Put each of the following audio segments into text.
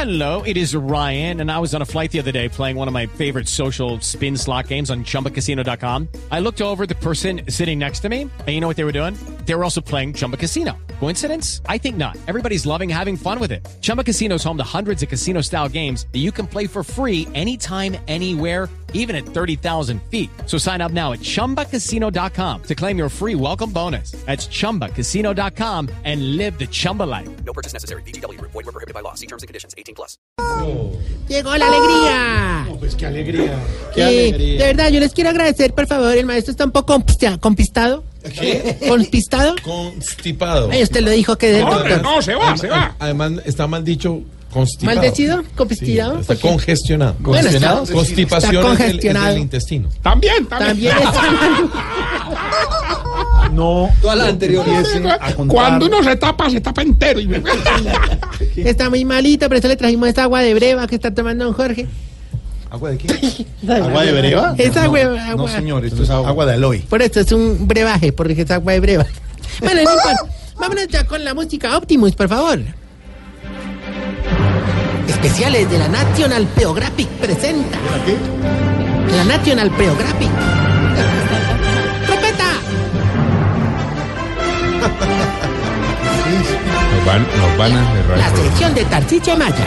Hello, it is Ryan, and I was on a flight the other day playing one of my favorite social spin slot games on ChumbaCasino.com. I looked over at the person sitting next to me, and you know what they were doing? They were also playing Chumba Casino. Coincidence? I think not. Everybody's loving having fun with it. Chumba Casino is home to hundreds of casino-style games that you can play for free anytime, anywhere, even at 30,000 feet. So sign up now at ChumbaCasino.com to claim your free welcome bonus. That's ChumbaCasino.com and live the Chumba life. No purchase necessary. VGW. Void were prohibited by law. See terms and conditions. 18+. Llegó la alegría. No, pues qué alegría. Qué alegría. De verdad, yo les quiero agradecer, por favor. El maestro está un poco compistado. ¿Qué? ¿Conspistado? Constipado. Ay, usted lo dijo que del doctor. No, se va. Además, está mal dicho constipado. ¿Maldecido? ¿Compistado? Sí, está congestionado. Bueno, está Constipación es congestionado. del intestino. También. También está No, todas las anteriores. Cuando uno se tapa entero. está muy malito, por eso le trajimos esta agua de breva que está tomando don Jorge. ¿Agua de qué? ¿Agua de breva? Es agua. No, señor, esto es agua de aloe. Por esto es un brebaje, porque es agua de breva. Bueno, no importa. Vámonos ya con la música Optimus, por favor. Especiales de la National Geographic presenta. ¿Qué? La National Geographic. ¡Repeta! Nos van a cerrar. La sección de Tarcisio Maya.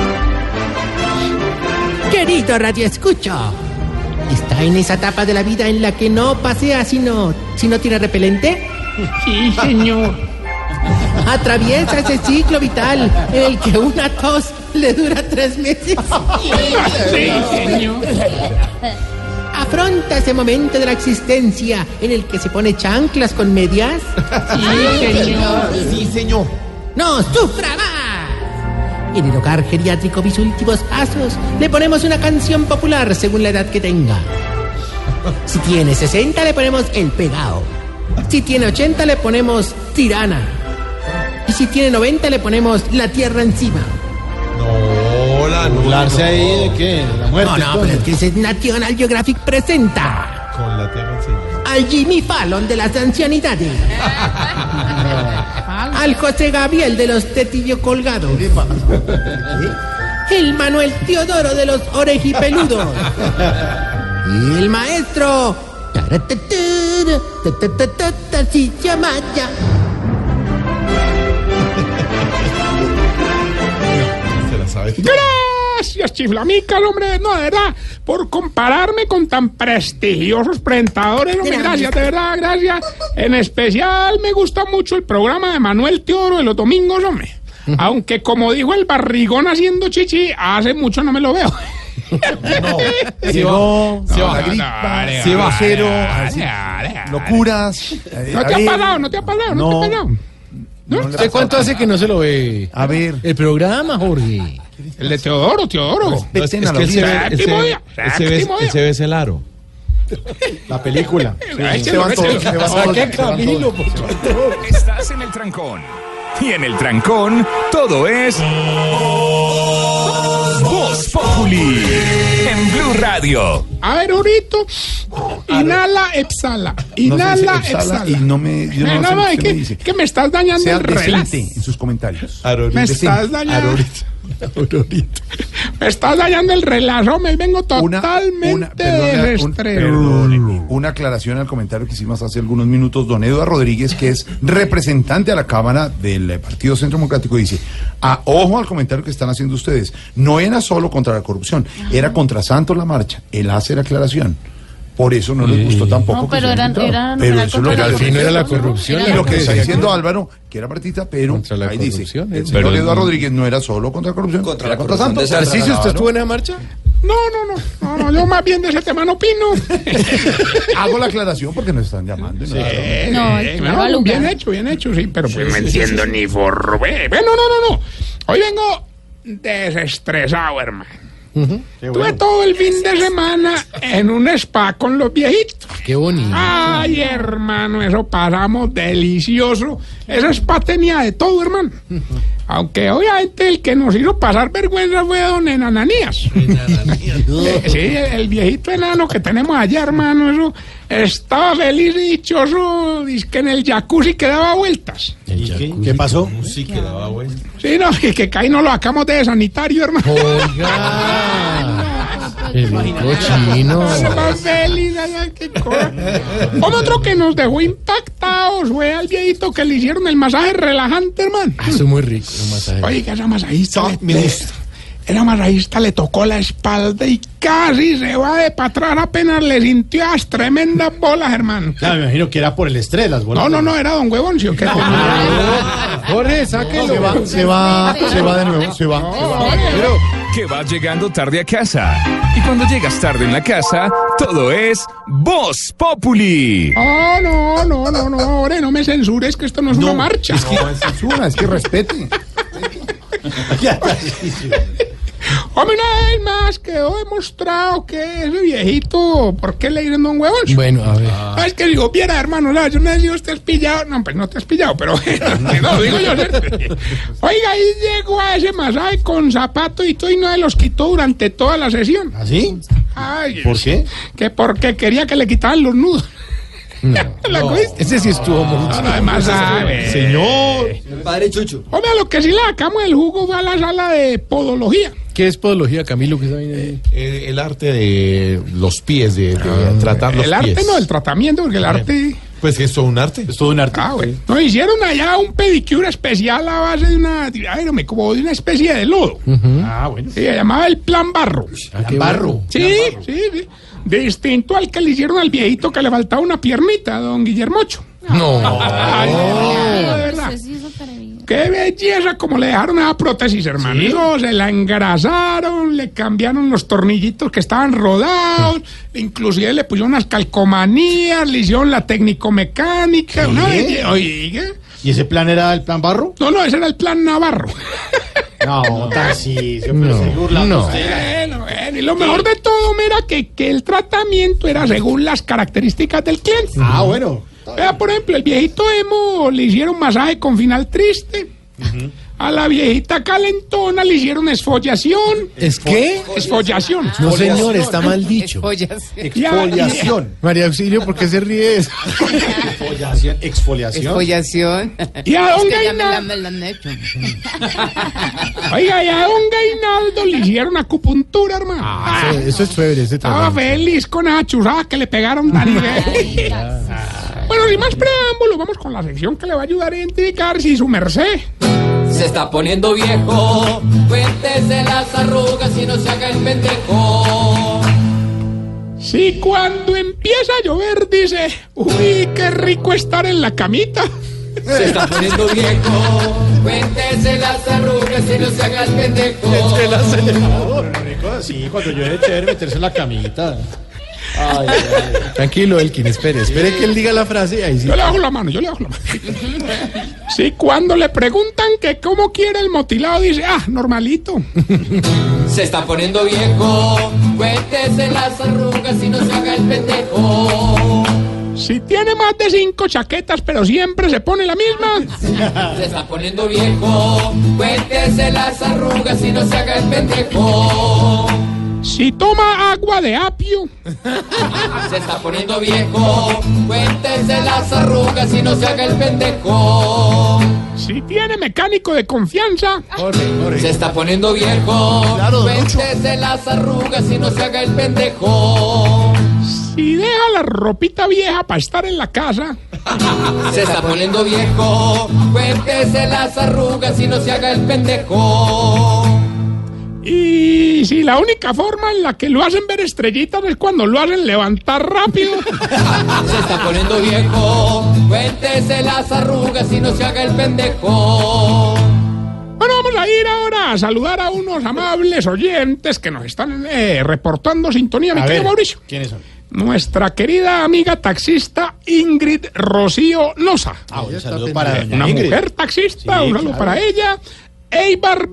Querido Radio Escucho, ¿está en esa etapa de la vida en la que no pasea si no tiene repelente? Sí, señor. Atraviesa ese ciclo vital en el que una tos le dura 3 meses. Sí, señor. Afronta ese momento de la existencia en el que se pone chanclas con medias. Sí, señor. Sí, señor. ¡No sufra más! En el hogar geriátrico Mis Últimos Pasos le ponemos una canción popular según la edad que tenga. Si tiene 60 le ponemos El Pegao. Si tiene 80 le ponemos Tirana. Y si tiene 90 le ponemos La Tierra Encima. No, la ¿Burlarse ahí de qué? ¿De la muerte? No, pero es que ese National Geographic presenta Con la tierra encima. al Jimmy Fallon de las ancianidades. Al José Gabriel de los tetillos colgados. El Manuel Teodoro de los orejipeludos. Y el maestro Tarcisio Maya. Se la sabe. Gracias, chiflamicas, hombre. No, de verdad, por compararme con tan prestigiosos presentadores, hombre. Gracias, de verdad, gracias. En especial me gusta mucho el programa de Manuel Teodoro de los domingos, hombre. Aunque, como dijo el barrigón haciendo chichi, hace mucho no me lo veo. No. Se va la gripa, se va cero, locuras. ¿No te ha pasado? ¿No te ha pasado? ¿No te ha pasado? ¿Usted cuánto hace que no se lo ve? A ver. El programa, Jorge. El de Teodoro. No, es que él se ve el aro. La película. Ay, Se van todos. ¿Qué Camilo? Estás en el trancón. Y en el trancón, todo es Voz Populi en Blue Radio. A ver, ahorita, inhala, exhala. Inhala, exhala. Y no me. Yo no, No, sé es qué me dice. que me estás dañando Sea el relax. decente en sus comentarios. Me estás dañando. Me estás dañando el relajo, me vengo totalmente desestresado. Una aclaración al comentario que hicimos hace algunos minutos. Don Eduardo Rodríguez, que es representante a la Cámara del Partido Centro Democrático, dice: ojo al comentario que están haciendo ustedes. No era solo contra la corrupción, era contra Santos la marcha. Él hace la aclaración. Por eso no les gustó tampoco. No, pero que eran pero eso es lo que al fin no era la corrupción. y lo que está diciendo Álvaro, que era partista, pero Contra la ahí dice, corrupción, el pero señor Eduardo Rodríguez no era solo contra la corrupción, era contra Santos. ¿Tarcisio, usted estuvo en esa marcha? No, yo más bien de ese tema no opino. Hago la aclaración porque nos están llamando. Bien hecho, sí, pero pues no entiendo ni por... Bueno, no. Hoy vengo desestresado, hermano. Tuve todo el fin de semana en un spa con los viejitos. Qué bonito. Ay, hermano, eso pasamos delicioso. Ese spa tenía de todo, hermano. Aunque obviamente el que nos hizo pasar vergüenza fue don Ananías. Sí, el viejito enano que tenemos allá, hermano, eso Estaba feliz y dichoso, dice que en el jacuzzi que daba vueltas. ¿Qué pasó? Sí, que daba vueltas. Sí, no, que caí no lo sacamos de sanitario, hermano. El cochino. Más feliz, ay, qué cosa. Otro que nos dejó impactados fue al viejito que le hicieron el masaje relajante, hermano. Eso es muy rico, un masaje. Oiga, esa masajista le tocó la espalda y casi se va de para atrás, apenas le sintió las tremendas bolas, hermano. Claro, me imagino que era por el estrés, las bolas. No, era don Huevoncio. Que Jorge, sáquelo. Se va de nuevo, se va. Pero Que vas llegando tarde a casa. Y cuando llegas tarde en la casa, todo es Voz Populi. No, ore, no me censures, que esto no es una marcha. No es censura, es que respete. Hombre, una vez más quedó demostrado que ese viejito, ¿por qué le dicen don Huevoncio? Bueno, a ver. Es que si viera, hermano, yo no sé si usted has pillado. No, pues no te has pillado, pero no, digo yo. Oiga, ahí llegó a ese masaje con zapato y todo y no se los quitó durante toda la sesión. ¿así? Ay, ¿Por qué? Que porque quería que le quitaran los nudos. ¿La cogiste? Ese sí estuvo muy... Además, Señor. Hombre, a lo que sí le sacamos el jugo fue a la sala de podología. ¿Qué es podología, Camilo? ¿Qué sabe? El arte de los pies, de tratar los El pies. arte no, el tratamiento, porque el arte... Pues es todo un arte. Es todo un arte. Bueno. Nos hicieron allá un pedicure especial a base de como de una especie de lodo. Bueno. Sí, se llamaba el plan barro. Barro. Sí. Distinto al que le hicieron al viejito que le faltaba una piernita, don Guillermocho. No. Ay, de verdad. Qué belleza como le dejaron esa prótesis, hermano. ¿Sí? No, se la engrasaron, le cambiaron los tornillitos que estaban rodados, inclusive le pusieron unas calcomanías, le hicieron la técnico-mecánica. Una belleza. Oiga. ¿Y ese plan era el plan Barro? No, ese era el plan Navarro. No, Tarcisio, No, pero se burla no. usted. Bueno, y lo mejor de todo era que el tratamiento era según las características del cliente. Bueno. Vea, por ejemplo, el viejito emo le hicieron masaje con final triste. A la viejita calentona le hicieron esfollación. ¿Es qué? Esfollación. No, señor, está mal dicho. Exfoliación. María Auxilio, ¿por qué se ríe eso? Exfoliación. Exfoliación. Y a don Es que ya Gainaldo, me la han hecho. oiga, y a don Gainaldo le hicieron acupuntura, hermano. Eso es chévere, ese Estaba trabajo. feliz con esa chuzada que le pegaron tan Bueno, sin más preámbulos, vamos con la sección que le va a ayudar a identificar si su merced Se está poniendo viejo, cuéntese las arrugas y no se haga el pendejo. si cuando empieza a llover dice, uy, qué rico estar en la camita. Se está poniendo viejo, cuéntese las arrugas y no se haga el pendejo. El acelerador. Sí, cuando llueve chévere meterse en la camita. Tranquilo, Elkin, espere que él diga la frase y ahí sí. Yo le bajo la mano. Si cuando le preguntan que cómo quiere el motilado dice, normalito. Se está poniendo viejo, cuéntese las arrugas y no se haga el pendejo. Si tiene más de 5 chaquetas pero siempre se pone la misma. Se está poniendo viejo, cuéntese las arrugas y no se haga el pendejo. Si toma agua de apio. Se está poniendo viejo, cuéntese las arrugas y no se haga el pendejo. Si tiene mecánico de confianza. Se está poniendo viejo, cuéntese las arrugas y no se haga el pendejo. Si deja la ropita vieja para estar en la casa. Se está poniendo viejo, cuéntese las arrugas y no se haga el pendejo. Y si la única forma en la que lo hacen ver estrellitas es cuando lo hacen levantar rápido. Se está poniendo viejo, cuéntese las arrugas y no se haga el pendejo. Bueno, vamos a ir ahora a saludar a unos amables oyentes que nos están reportando sintonía, mi querido Mauricio. ¿Quiénes son? Nuestra querida amiga taxista Ingrid Rocío Nosa. Un saludo para doña Una Ingrid. mujer taxista, Sí, un saludo claro. para ella. Eibar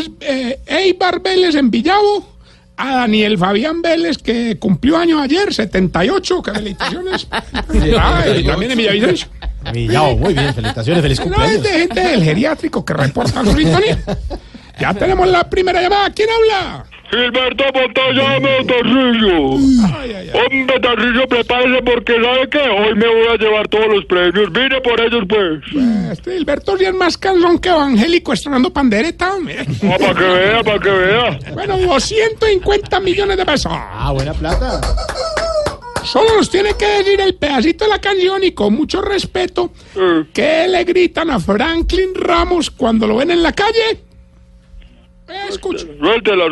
Vélez en Villavo. A Daniel Fabián Vélez, que cumplió años ayer, 78, que felicitaciones. Y también en Villavicencio. Millao, muy bien, felicitaciones, feliz No, cumpleaños. es de gente del geriátrico que reporta su sintonía. Ya tenemos la primera llamada. ¿Quién habla? Gilberto Montañano Torrillo. Ay. Hombre, Tarcisio, prepárese porque ¿sabe qué? Hoy me voy a llevar todos los premios. Vine por ellos, pues. Este Hilberto sí es más cansón que evangélico estrenando pandereta. Para que vea, para que vea. Bueno, 250 millones de pesos. Buena plata. Solo nos tiene que decir el pedacito de la canción y con mucho respeto, ¿qué le gritan a Franklin Ramos cuando lo ven en la calle? Escucha. Suéltela.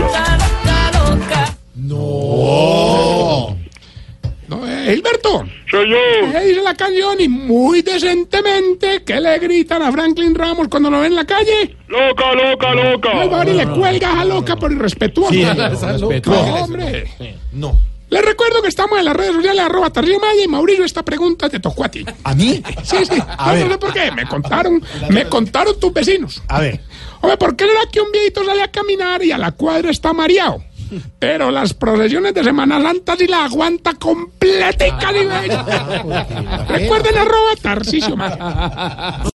No, Hilberto. Soy yo. ¿Qué dice la canción? Y muy decentemente, ¿qué le gritan a Franklin Ramos cuando lo ven en la calle? Loca. Ay, va, y le cuelgas a loca por irrespetuoso. No, hombre. No. Les recuerdo que estamos en las redes sociales, @TarcisioMaya, y Mauricio, esta pregunta te tocó a ti. ¿A mí? Sí. No sé por qué. Me contaron tus vecinos. A ver. Hombre, ¿por qué será que un viejito sale a caminar y a la cuadra está mareado? Pero las procesiones de Semana Santa sí la aguanta completica. Recuerden @TarcisioMaya.